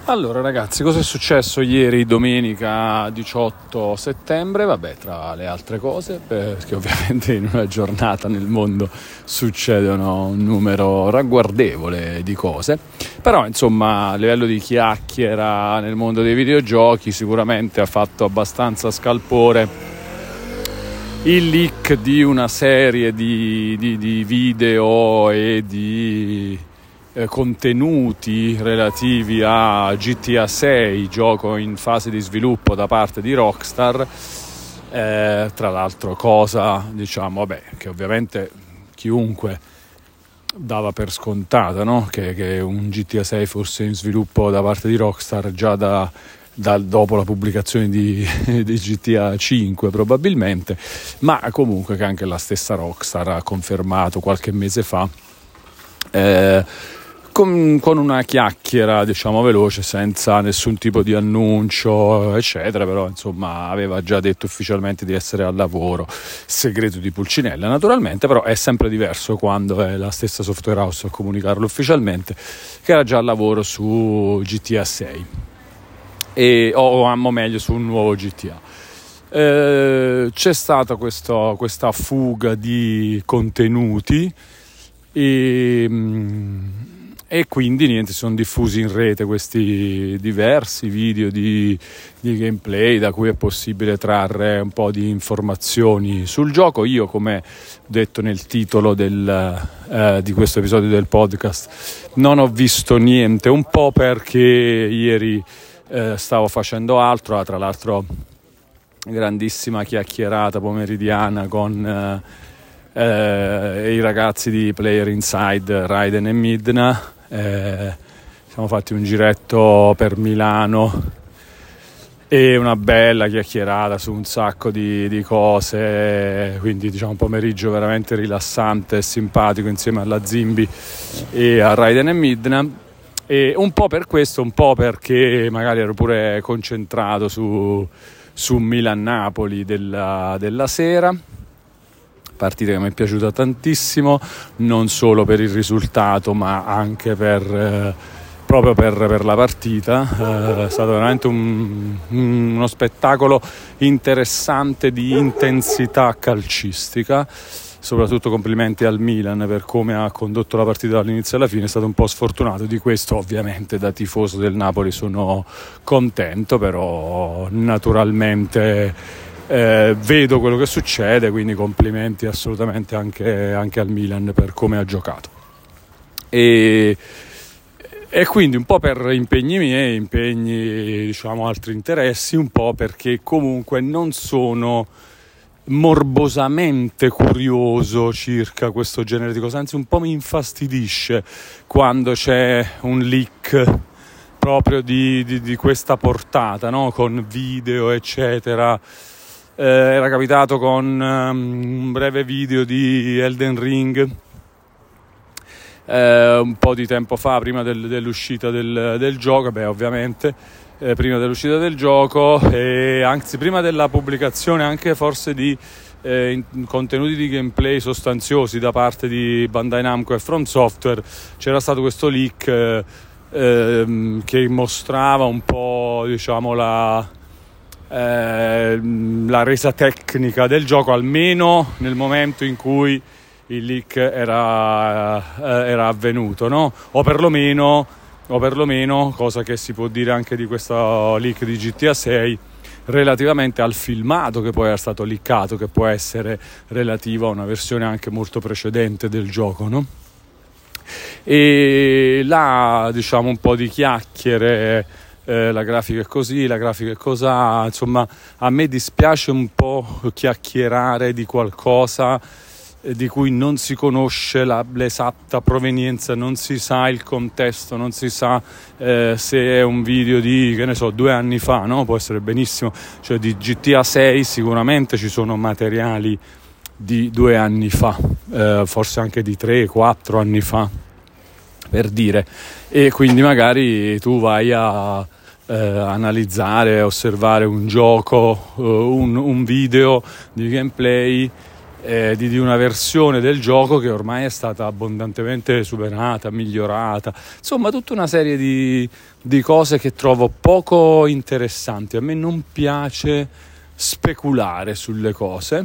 Allora ragazzi, cosa è successo ieri domenica 18 settembre? Vabbè, tra le altre cose, perché ovviamente in una giornata nel mondo succedono un numero ragguardevole di cose, però insomma a livello di chiacchiera nel mondo dei videogiochi sicuramente ha fatto abbastanza scalpore il leak di una serie di video e di contenuti relativi a GTA 6, gioco in fase di sviluppo da parte di Rockstar, tra l'altro cosa che ovviamente chiunque dava per scontata, no? che un GTA 6 fosse in sviluppo da parte di Rockstar già dopo la pubblicazione di GTA 5 probabilmente, ma comunque che anche la stessa Rockstar ha confermato qualche mese fa con una chiacchiera veloce, senza nessun tipo di annuncio eccetera, però insomma aveva già detto ufficialmente di essere al lavoro, segreto di Pulcinella naturalmente, però è sempre diverso quando è la stessa software house a comunicarlo ufficialmente, che era già al lavoro su GTA 6 o meglio su un nuovo GTA. C'è stata questa fuga di contenuti e quindi niente, sono diffusi in rete questi diversi video di gameplay da cui è possibile trarre un po' di informazioni sul gioco. Io, come detto nel titolo di questo episodio del podcast, non ho visto niente, un po' perché ieri stavo facendo altro, tra l'altro grandissima chiacchierata pomeridiana con i ragazzi di Player Inside, Raiden e Midna. Siamo fatti un giretto per Milano e una bella chiacchierata su un sacco di cose, quindi un pomeriggio veramente rilassante e simpatico insieme alla Zimbi e a Raiden e Midna. E un po' per questo, un po' perché magari ero pure concentrato su Milan-Napoli della sera, partita che mi è piaciuta tantissimo, non solo per il risultato ma anche proprio per la partita. È stato veramente uno spettacolo interessante di intensità calcistica. Soprattutto complimenti al Milan per come ha condotto la partita dall'inizio alla fine. È stato un po' sfortunato, di questo ovviamente da tifoso del Napoli sono contento, però naturalmente vedo quello che succede, quindi complimenti assolutamente anche al Milan per come ha giocato. E quindi un po' per impegni miei, altri interessi, un po' perché comunque non sono morbosamente curioso circa questo genere di cose, anzi un po' mi infastidisce quando c'è un leak proprio di questa portata, no? Con video eccetera. Era capitato con un breve video di Elden Ring un po' di tempo fa, prima dell'uscita del gioco, ovviamente prima dell'uscita del gioco, e anzi prima della pubblicazione anche forse di contenuti di gameplay sostanziosi da parte di Bandai Namco e From Software. C'era stato questo leak che mostrava un po' la resa tecnica del gioco, almeno nel momento in cui il leak era avvenuto, no? O perlomeno, cosa che si può dire anche di questo leak di GTA 6, relativamente al filmato che poi è stato leakato, che può essere relativo a una versione anche molto precedente del gioco, no? E là un po' di chiacchiere, la grafica è così, la grafica è cosà, insomma a me dispiace un po' chiacchierare di qualcosa di cui non si conosce l'esatta provenienza, non si sa il contesto, non si sa se è un video di 2 anni fa, no? Può essere benissimo, cioè di GTA 6 sicuramente ci sono materiali di 2 anni fa, forse anche di 3-4 anni fa, per dire, e quindi magari tu vai a analizzare, osservare un gioco, un video di gameplay di una versione del gioco che ormai è stata abbondantemente superata, migliorata, insomma tutta una serie di cose che trovo poco interessanti. A me non piace speculare sulle cose,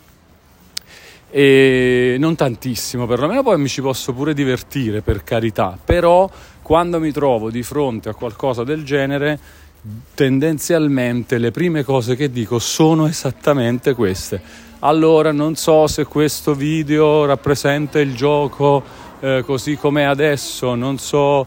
e non tantissimo, perlomeno poi mi ci posso pure divertire, per carità, però quando mi trovo di fronte a qualcosa del genere tendenzialmente le prime cose che dico sono esattamente queste: allora non so se questo video rappresenta il gioco così com'è adesso, non so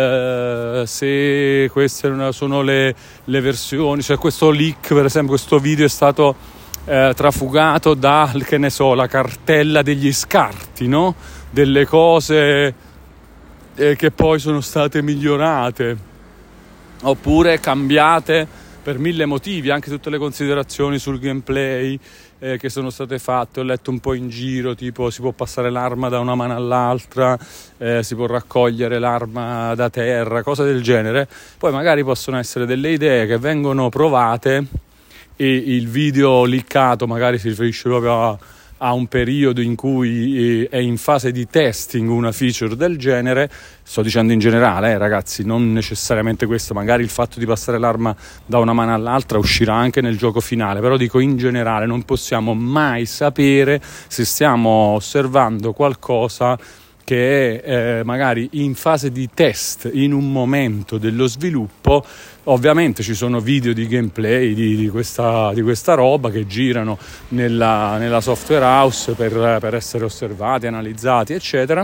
se queste sono le versioni, cioè questo leak, per esempio questo video è stato trafugato da, che ne so, la cartella degli scarti, no? Delle cose che poi sono state migliorate oppure cambiate per mille motivi, anche tutte le considerazioni sul gameplay che sono state fatte. Ho letto un po' in giro, tipo si può passare l'arma da una mano all'altra, si può raccogliere l'arma da terra, cose del genere. Poi magari possono essere delle idee che vengono provate e il video leakato magari si riferisce proprio a un periodo in cui è in fase di testing una feature del genere. Sto dicendo in generale, ragazzi, non necessariamente questo, magari il fatto di passare l'arma da una mano all'altra uscirà anche nel gioco finale, però dico in generale non possiamo mai sapere se stiamo osservando qualcosa che è magari in fase di test in un momento dello sviluppo. Ovviamente ci sono video di gameplay di questa roba che girano nella software house per essere osservati, analizzati, eccetera.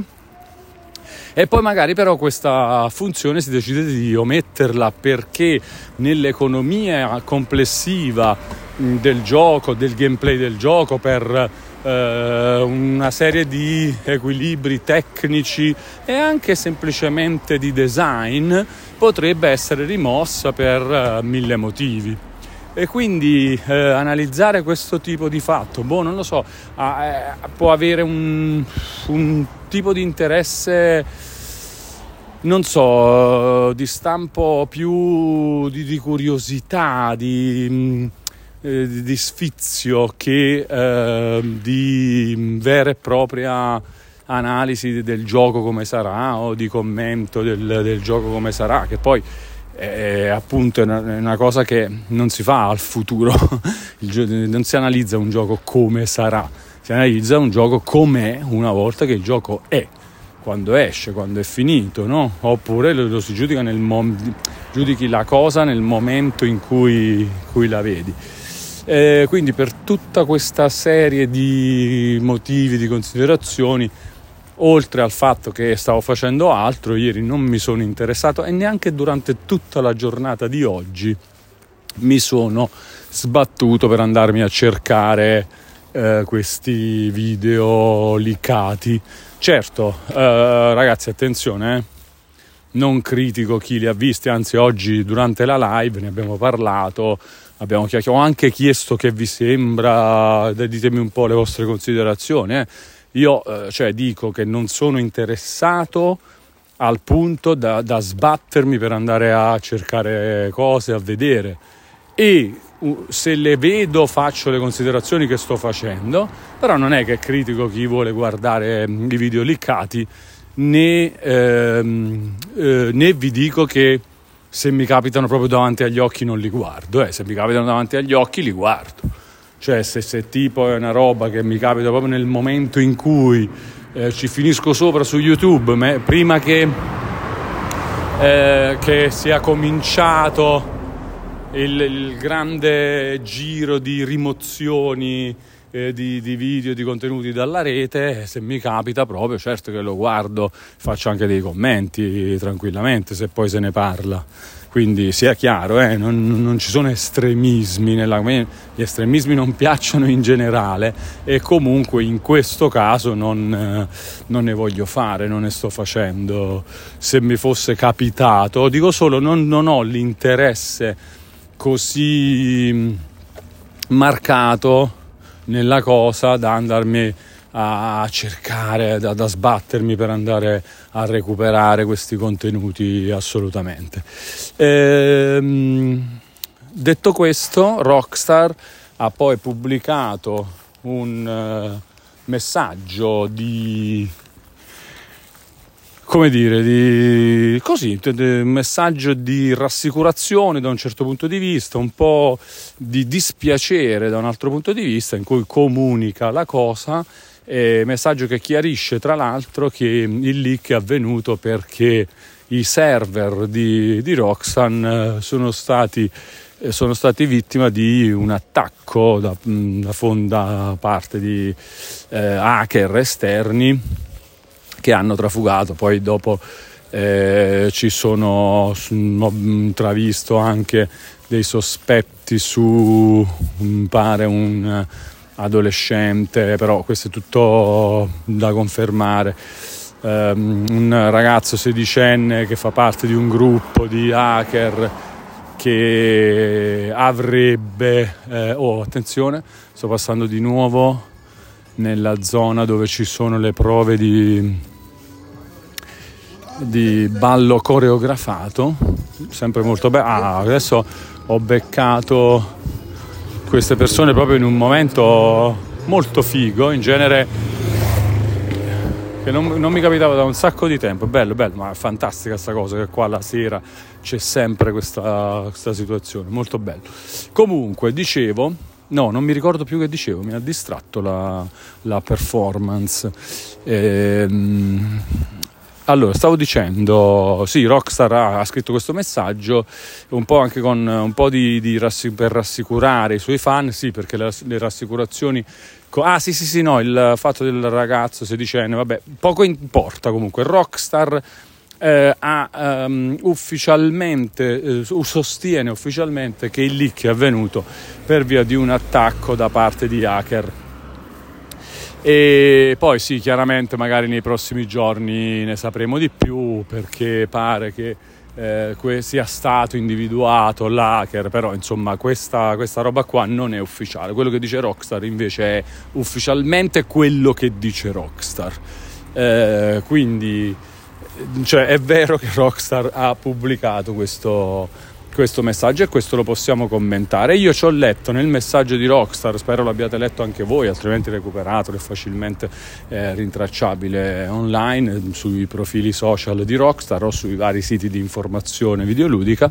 E poi magari però questa funzione si decide di ometterla perché nell'economia complessiva del gioco, del gameplay del gioco, per una serie di equilibri tecnici e anche semplicemente di design, potrebbe essere rimossa per mille motivi. E quindi analizzare questo tipo di fatto, non lo so, può avere un tipo di interesse, non so, di stampo più di curiosità, di sfizio, che di vera e propria analisi del gioco come sarà, o di commento del gioco come sarà, che poi appunto è una cosa che non si fa al futuro. Non si analizza un gioco come sarà, si analizza un gioco com'è una volta che il gioco è, quando esce, quando è finito, no? Oppure lo si giudica giudichi la cosa nel momento in cui la vedi. Quindi per tutta questa serie di motivi, di considerazioni, oltre al fatto che stavo facendo altro, ieri non mi sono interessato e neanche durante tutta la giornata di oggi mi sono sbattuto per andarmi a cercare questi video leakati. Certo, ragazzi, attenzione, non critico chi li ha visti, anzi oggi durante la live ne abbiamo parlato, ho anche chiesto che vi sembra, ditemi un po' le vostre considerazioni. Io dico che non sono interessato al punto da sbattermi per andare a cercare cose, a vedere, e se le vedo faccio le considerazioni che sto facendo, però non è che critico chi vuole guardare i video leakati, né vi dico che se mi capitano proprio davanti agli occhi non li guardo, se mi capitano davanti agli occhi li guardo. Cioè se tipo è una roba che mi capita proprio nel momento in cui ci finisco sopra su YouTube, prima che sia cominciato il grande giro di rimozioni di video, di contenuti dalla rete, se mi capita proprio, certo che lo guardo, faccio anche dei commenti tranquillamente se poi se ne parla. Quindi sia chiaro, non ci sono estremismi, gli estremismi non piacciono in generale, e comunque in questo caso non ne voglio fare, non ne sto facendo. Se mi fosse capitato, dico solo, non ho l'interesse così marcato nella cosa da andarmi a cercare, da sbattermi per andare a recuperare questi contenuti, assolutamente. Detto questo, Rockstar ha poi pubblicato un messaggio un messaggio di rassicurazione da un certo punto di vista, un po' di dispiacere da un altro punto di vista, in cui comunica la cosa, messaggio che chiarisce tra l'altro che il leak è avvenuto perché i server di Roxxon sono stati vittima di un attacco da parte di hacker esterni che hanno trafugato. Poi dopo ho intravisto anche dei sospetti su pare un adolescente, però questo è tutto da confermare, un ragazzo sedicenne che fa parte di un gruppo di hacker che avrebbe attenzione, sto passando di nuovo nella zona dove ci sono le prove di ballo coreografato, sempre molto bello. Adesso ho beccato queste persone proprio in un momento molto figo, in genere che non mi capitava da un sacco di tempo. Bello, ma è fantastica sta cosa, che qua la sera c'è sempre questa situazione, molto bello. Comunque dicevo, no, non mi ricordo più che dicevo, mi ha distratto la performance. Allora, stavo dicendo, sì, Rockstar ha scritto questo messaggio un po' anche con un po' per rassicurare i suoi fan, sì, perché le rassicurazioni... no, il fatto del ragazzo sedicenne, vabbè, poco importa comunque. Rockstar sostiene ufficialmente che il leak è avvenuto per via di un attacco da parte di hacker. E poi sì, chiaramente magari nei prossimi giorni ne sapremo di più, perché pare che sia stato individuato l'hacker, però insomma questa roba qua non è ufficiale. Quello che dice Rockstar invece è ufficialmente quello che dice Rockstar, quindi cioè è vero che Rockstar ha pubblicato questo messaggio e questo lo possiamo commentare. Io ci ho letto nel messaggio di Rockstar, spero l'abbiate letto anche voi, altrimenti recuperatelo, è facilmente rintracciabile online sui profili social di Rockstar o sui vari siti di informazione videoludica,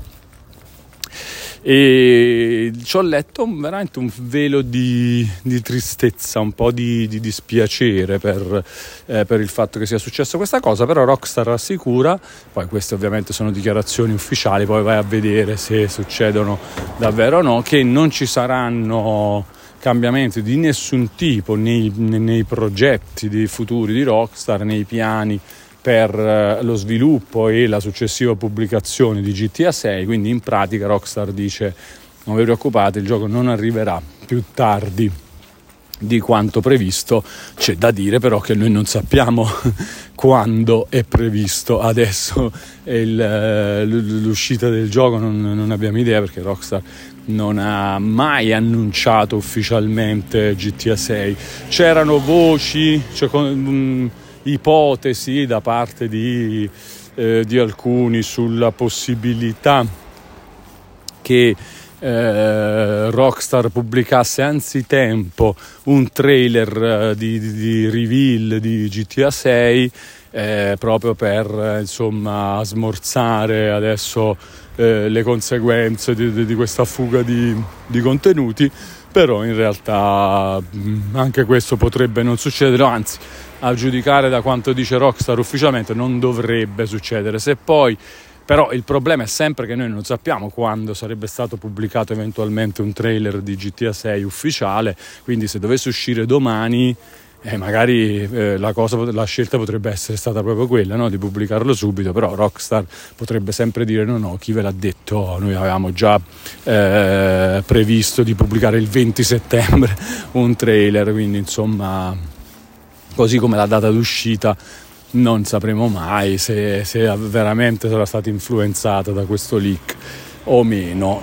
e ci ho letto veramente un velo di tristezza, un po' di dispiacere per il fatto che sia successa questa cosa. Però Rockstar rassicura, poi queste ovviamente sono dichiarazioni ufficiali, poi vai a vedere se succedono davvero o no, che non ci saranno cambiamenti di nessun tipo nei progetti di futuri di Rockstar, nei piani per lo sviluppo e la successiva pubblicazione di GTA 6, quindi in pratica Rockstar dice: non vi preoccupate, il gioco non arriverà più tardi di quanto previsto. C'è da dire però che noi non sappiamo quando è previsto adesso l'uscita del gioco, non abbiamo idea, perché Rockstar non ha mai annunciato ufficialmente GTA 6. C'erano voci, ipotesi da parte di alcuni sulla possibilità che Rockstar pubblicasse anzitempo un trailer di reveal di GTA 6 proprio per smorzare adesso le conseguenze di questa fuga di contenuti. Però in realtà anche questo potrebbe non succedere, anzi, a giudicare da quanto dice Rockstar ufficialmente non dovrebbe succedere. Se poi però il problema è sempre che noi non sappiamo quando sarebbe stato pubblicato eventualmente un trailer di GTA 6 ufficiale, quindi se dovesse uscire domani magari la scelta potrebbe essere stata proprio quella, no? Di pubblicarlo subito. Però Rockstar potrebbe sempre dire no, chi ve l'ha detto, noi avevamo già previsto di pubblicare il 20 settembre un trailer, quindi insomma, così come la data d'uscita non sapremo mai se veramente sarà stata influenzata da questo leak o meno.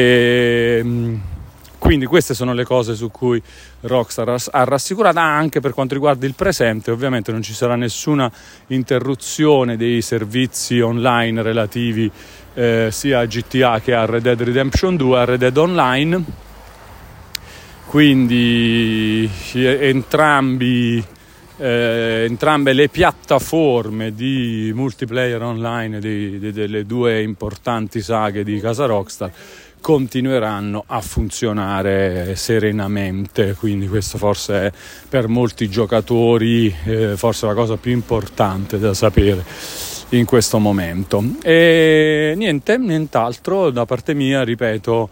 Quindi queste sono le cose su cui Rockstar ha rassicurato. Anche per quanto riguarda il presente, ovviamente non ci sarà nessuna interruzione dei servizi online relativi sia a GTA che a Red Dead Redemption 2, a Red Dead Online. quindi entrambe le piattaforme di multiplayer online delle due importanti saghe di casa Rockstar continueranno a funzionare serenamente, quindi questo forse è per molti giocatori forse la cosa più importante da sapere in questo momento. E nient'altro da parte mia, ripeto,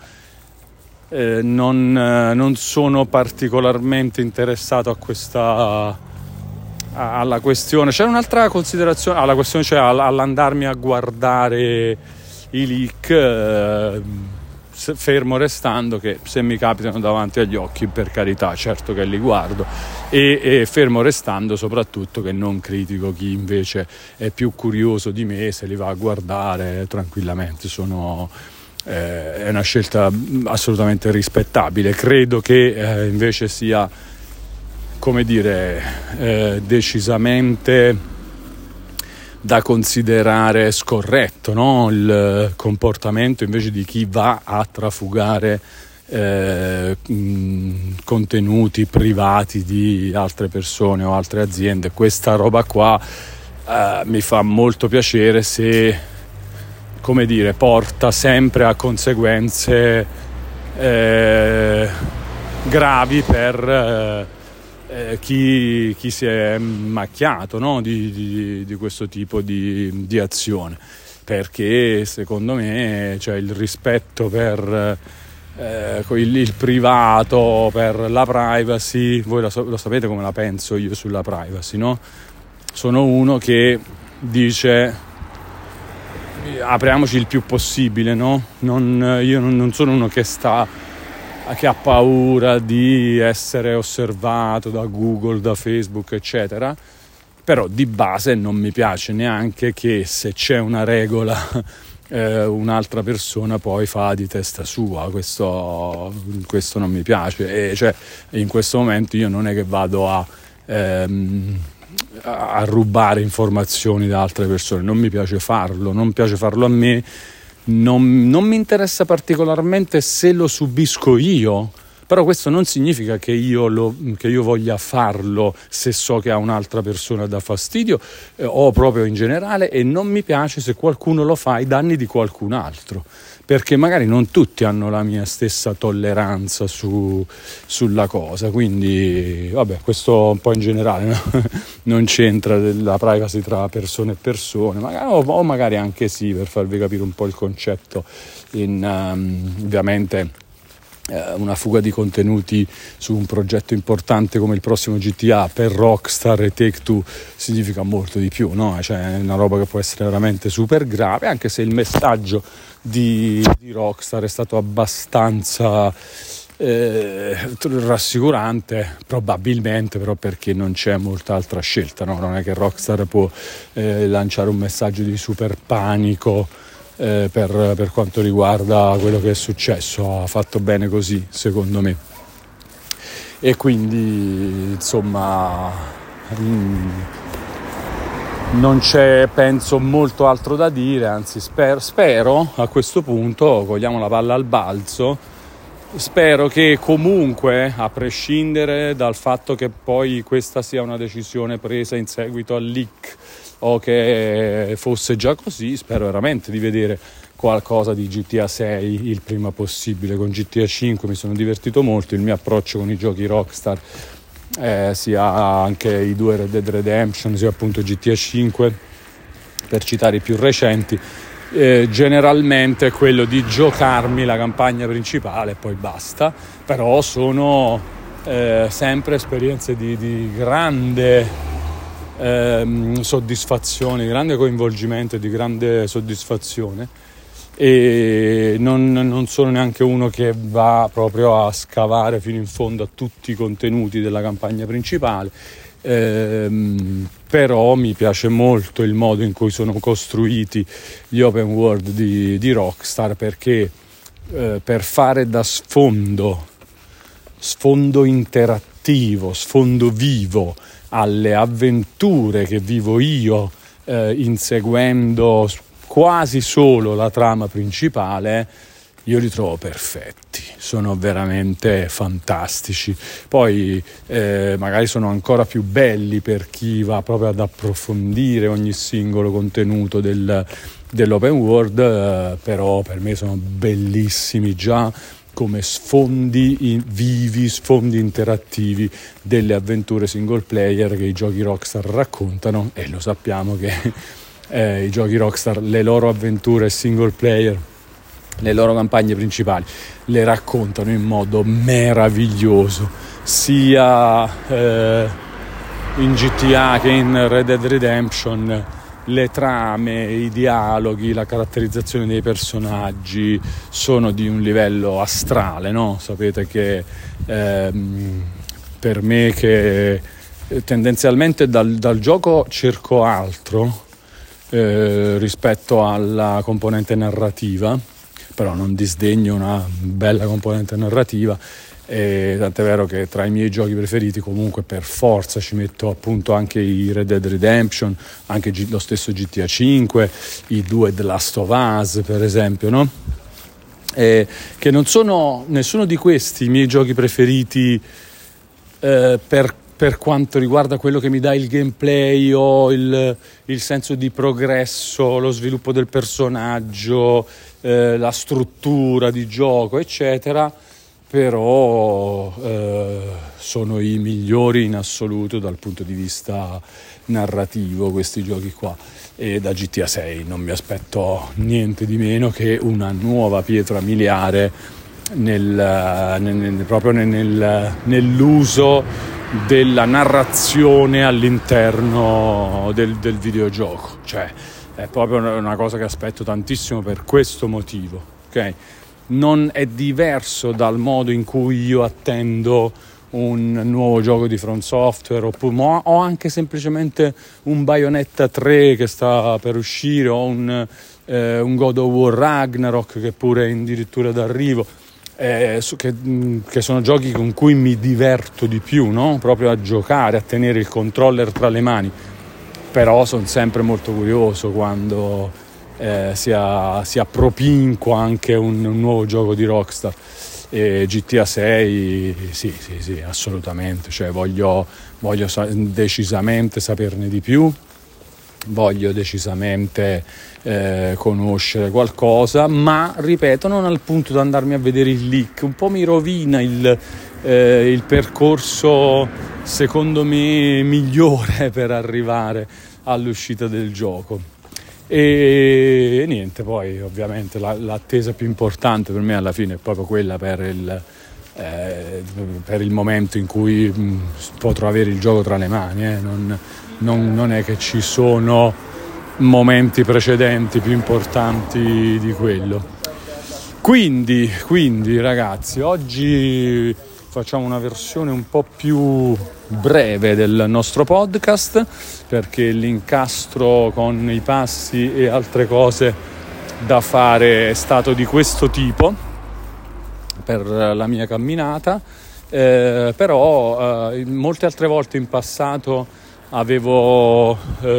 non sono particolarmente interessato alla questione. C'è un'altra considerazione alla questione, cioè all'andarmi a guardare i leak, fermo restando che se mi capitano davanti agli occhi, per carità, certo che li guardo, e fermo restando soprattutto che non critico chi invece è più curioso di me, se li va a guardare tranquillamente. È una scelta assolutamente rispettabile. Credo che invece sia, come dire, decisamente da considerare scorretto, no? Il comportamento invece di chi va a trafugare contenuti privati di altre persone o altre aziende. Questa roba qua mi fa molto piacere se, come dire, porta sempre a conseguenze gravi per chi si è macchiato, no? di questo tipo di azione, perché secondo me, cioè, il rispetto per il privato, per la privacy, voi lo sapete come la penso io sulla privacy, no? Sono uno che dice apriamoci il più possibile, no? Io non sono uno che ha paura di essere osservato da Google, da Facebook, eccetera, però di base non mi piace neanche che, se c'è una regola, un'altra persona poi fa di testa sua. Questo non mi piace, e cioè in questo momento io non è che vado a rubare informazioni da altre persone, non mi piace farlo a me. Non mi interessa particolarmente se lo subisco io, però questo non significa che io voglia farlo se so che a un'altra persona dà fastidio, o proprio in generale, e non mi piace se qualcuno lo fa ai danni di qualcun altro, perché magari non tutti hanno la mia stessa tolleranza sulla cosa. Quindi vabbè, questo un po' in generale, no? Non c'entra la privacy tra persone e persone, o magari anche sì, per farvi capire un po' il concetto. Ovviamente una fuga di contenuti su un progetto importante come il prossimo GTA per Rockstar e Take-Two significa molto di più, no? Cioè, è una roba che può essere veramente super grave, anche se il messaggio di Rockstar è stato abbastanza rassicurante, probabilmente, però perché non c'è molta altra scelta, no? Non è che Rockstar può lanciare un messaggio di super panico per quanto riguarda quello che è successo. Ha fatto bene così, secondo me, e quindi insomma non c'è, penso, molto altro da dire, anzi spero a questo punto, cogliamo la palla al balzo, spero che comunque, a prescindere dal fatto che poi questa sia una decisione presa in seguito al leak o che fosse già così, spero veramente di vedere qualcosa di GTA 6 il prima possibile. Con GTA 5 mi sono divertito molto, il mio approccio con i giochi Rockstar, sia anche i due Red Dead Redemption, sia appunto GTA 5, per citare i più recenti, generalmente è quello di giocarmi la campagna principale e poi basta. Però sono sempre esperienze di grande soddisfazione, di grande coinvolgimento e di grande soddisfazione, e non sono neanche uno che va proprio a scavare fino in fondo a tutti i contenuti della campagna principale, però mi piace molto il modo in cui sono costruiti gli open world di Rockstar, perché per fare da sfondo interattivo, sfondo vivo alle avventure che vivo io, inseguendo quasi solo la trama principale, io li trovo perfetti, sono veramente fantastici. Poi magari sono ancora più belli per chi va proprio ad approfondire ogni singolo contenuto dell'open world, però per me sono bellissimi già come sfondi vivi, sfondi interattivi delle avventure single player che i giochi Rockstar raccontano, e lo sappiamo che i giochi Rockstar, le loro avventure single player, le loro campagne principali le raccontano in modo meraviglioso, sia in GTA che in Red Dead Redemption. Le trame, i dialoghi, la caratterizzazione dei personaggi sono di un livello astrale, no? Sapete che per me, che tendenzialmente dal gioco cerco altro rispetto alla componente narrativa, però non disdegno una bella componente narrativa, e tant'è vero che tra i miei giochi preferiti comunque per forza ci metto appunto anche i Red Dead Redemption, anche lo stesso GTA 5, i 2 The Last of Us per esempio, no? Che non sono nessuno di questi i miei giochi preferiti per quanto riguarda quello che mi dà il gameplay o il senso di progresso, lo sviluppo del personaggio, la struttura di gioco eccetera, però sono i migliori in assoluto dal punto di vista narrativo questi giochi qua, e da GTA 6 non mi aspetto niente di meno che una nuova pietra miliare proprio nell'uso della narrazione all'interno del videogioco. Cioè è proprio una cosa che aspetto tantissimo per questo motivo, ok? Non è diverso dal modo in cui io attendo un nuovo gioco di From Software, o anche semplicemente un Bayonetta 3 che sta per uscire, o un God of War Ragnarok che pure è addirittura d'arrivo, che sono giochi con cui mi diverto di più, no? Proprio a giocare, a tenere il controller tra le mani. Però sono sempre molto curioso quando si appropinqua anche un nuovo gioco di Rockstar. E GTA 6 sì, assolutamente, cioè voglio decisamente saperne di più, voglio decisamente conoscere qualcosa, ma ripeto, non al punto da andarmi a vedere il leak. Un po' mi rovina il percorso secondo me migliore per arrivare all'uscita del gioco. E niente, poi ovviamente l'attesa più importante per me alla fine è proprio quella per il momento in cui potrò avere il gioco tra le mani, non è che ci sono momenti precedenti più importanti di quello. Quindi ragazzi, oggi facciamo una versione un po' più breve del nostro podcast, perché l'incastro con i passi e altre cose da fare è stato di questo tipo per la mia camminata, però molte altre volte in passato avevo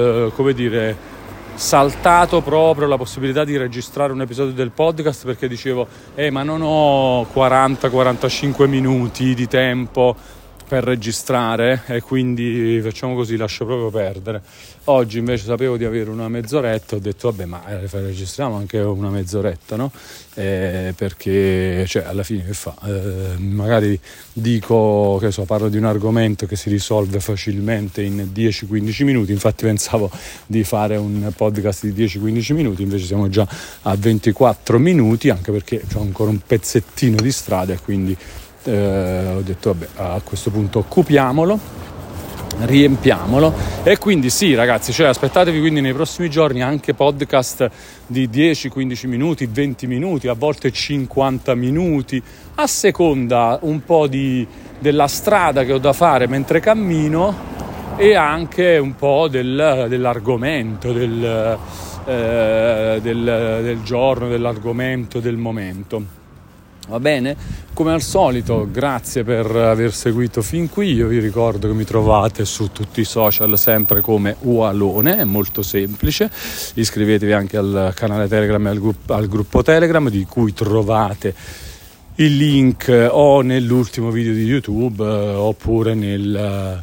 saltato proprio la possibilità di registrare un episodio del podcast, perché dicevo ma non ho 40-45 minuti di tempo per registrare, e quindi facciamo così, lascio proprio perdere. Oggi invece sapevo di avere una mezz'oretta, ho detto vabbè, ma registriamo anche una mezz'oretta, no? Perché cioè alla fine che fa? Magari dico, che so, parlo di un argomento che si risolve facilmente in 10-15 minuti, infatti pensavo di fare un podcast di 10-15 minuti, invece siamo già a 24 minuti, anche perché ho ancora un pezzettino di strada, e quindi ho detto vabbè, a questo punto occupiamolo, riempiamolo. E quindi sì ragazzi, cioè aspettatevi quindi nei prossimi giorni anche podcast di 10-15 minuti, 20 minuti, a volte 50 minuti, a seconda un po' della strada che ho da fare mentre cammino, e anche un po' dell'argomento del giorno, dell'argomento del momento. Va bene? Come al solito, grazie per aver seguito fin qui. Io vi ricordo che mi trovate su tutti i social sempre come Ualone, è molto semplice. Iscrivetevi anche al canale Telegram e al gruppo Telegram, di cui trovate il link o nell'ultimo video di YouTube oppure nelle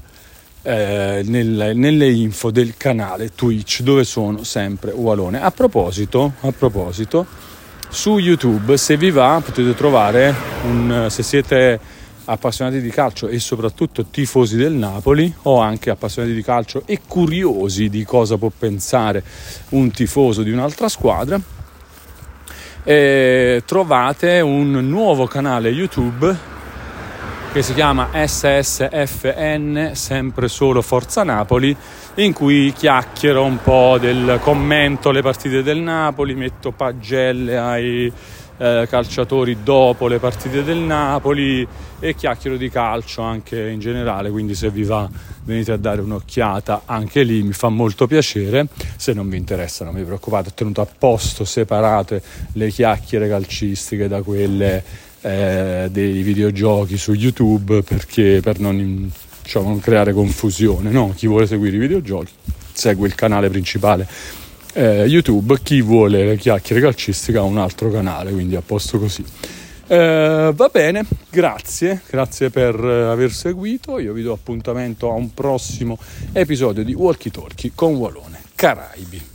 info del canale Twitch, dove sono sempre Ualone. A proposito, su YouTube, se vi va, potete trovare se siete appassionati di calcio e soprattutto tifosi del Napoli, o anche appassionati di calcio e curiosi di cosa può pensare un tifoso di un'altra squadra, trovate un nuovo canale YouTube che si chiama SSFN, sempre solo Forza Napoli, in cui chiacchiero un po' commento le partite del Napoli, metto pagelle ai calciatori dopo le partite del Napoli e chiacchiero di calcio anche in generale, quindi se vi va venite a dare un'occhiata anche lì, mi fa molto piacere. Se non vi interessa non vi preoccupate, ho tenuto a posto separate le chiacchiere calcistiche da quelle dei videogiochi su YouTube, perché per non creare confusione, no? Chi vuole seguire i videogiochi segue il canale principale YouTube, chi vuole le chiacchiere calcistiche ha un altro canale, quindi a posto così. Va bene, grazie per aver seguito. Io vi do appuntamento a un prossimo episodio di Walkie Talkie con Ualone Caraibi.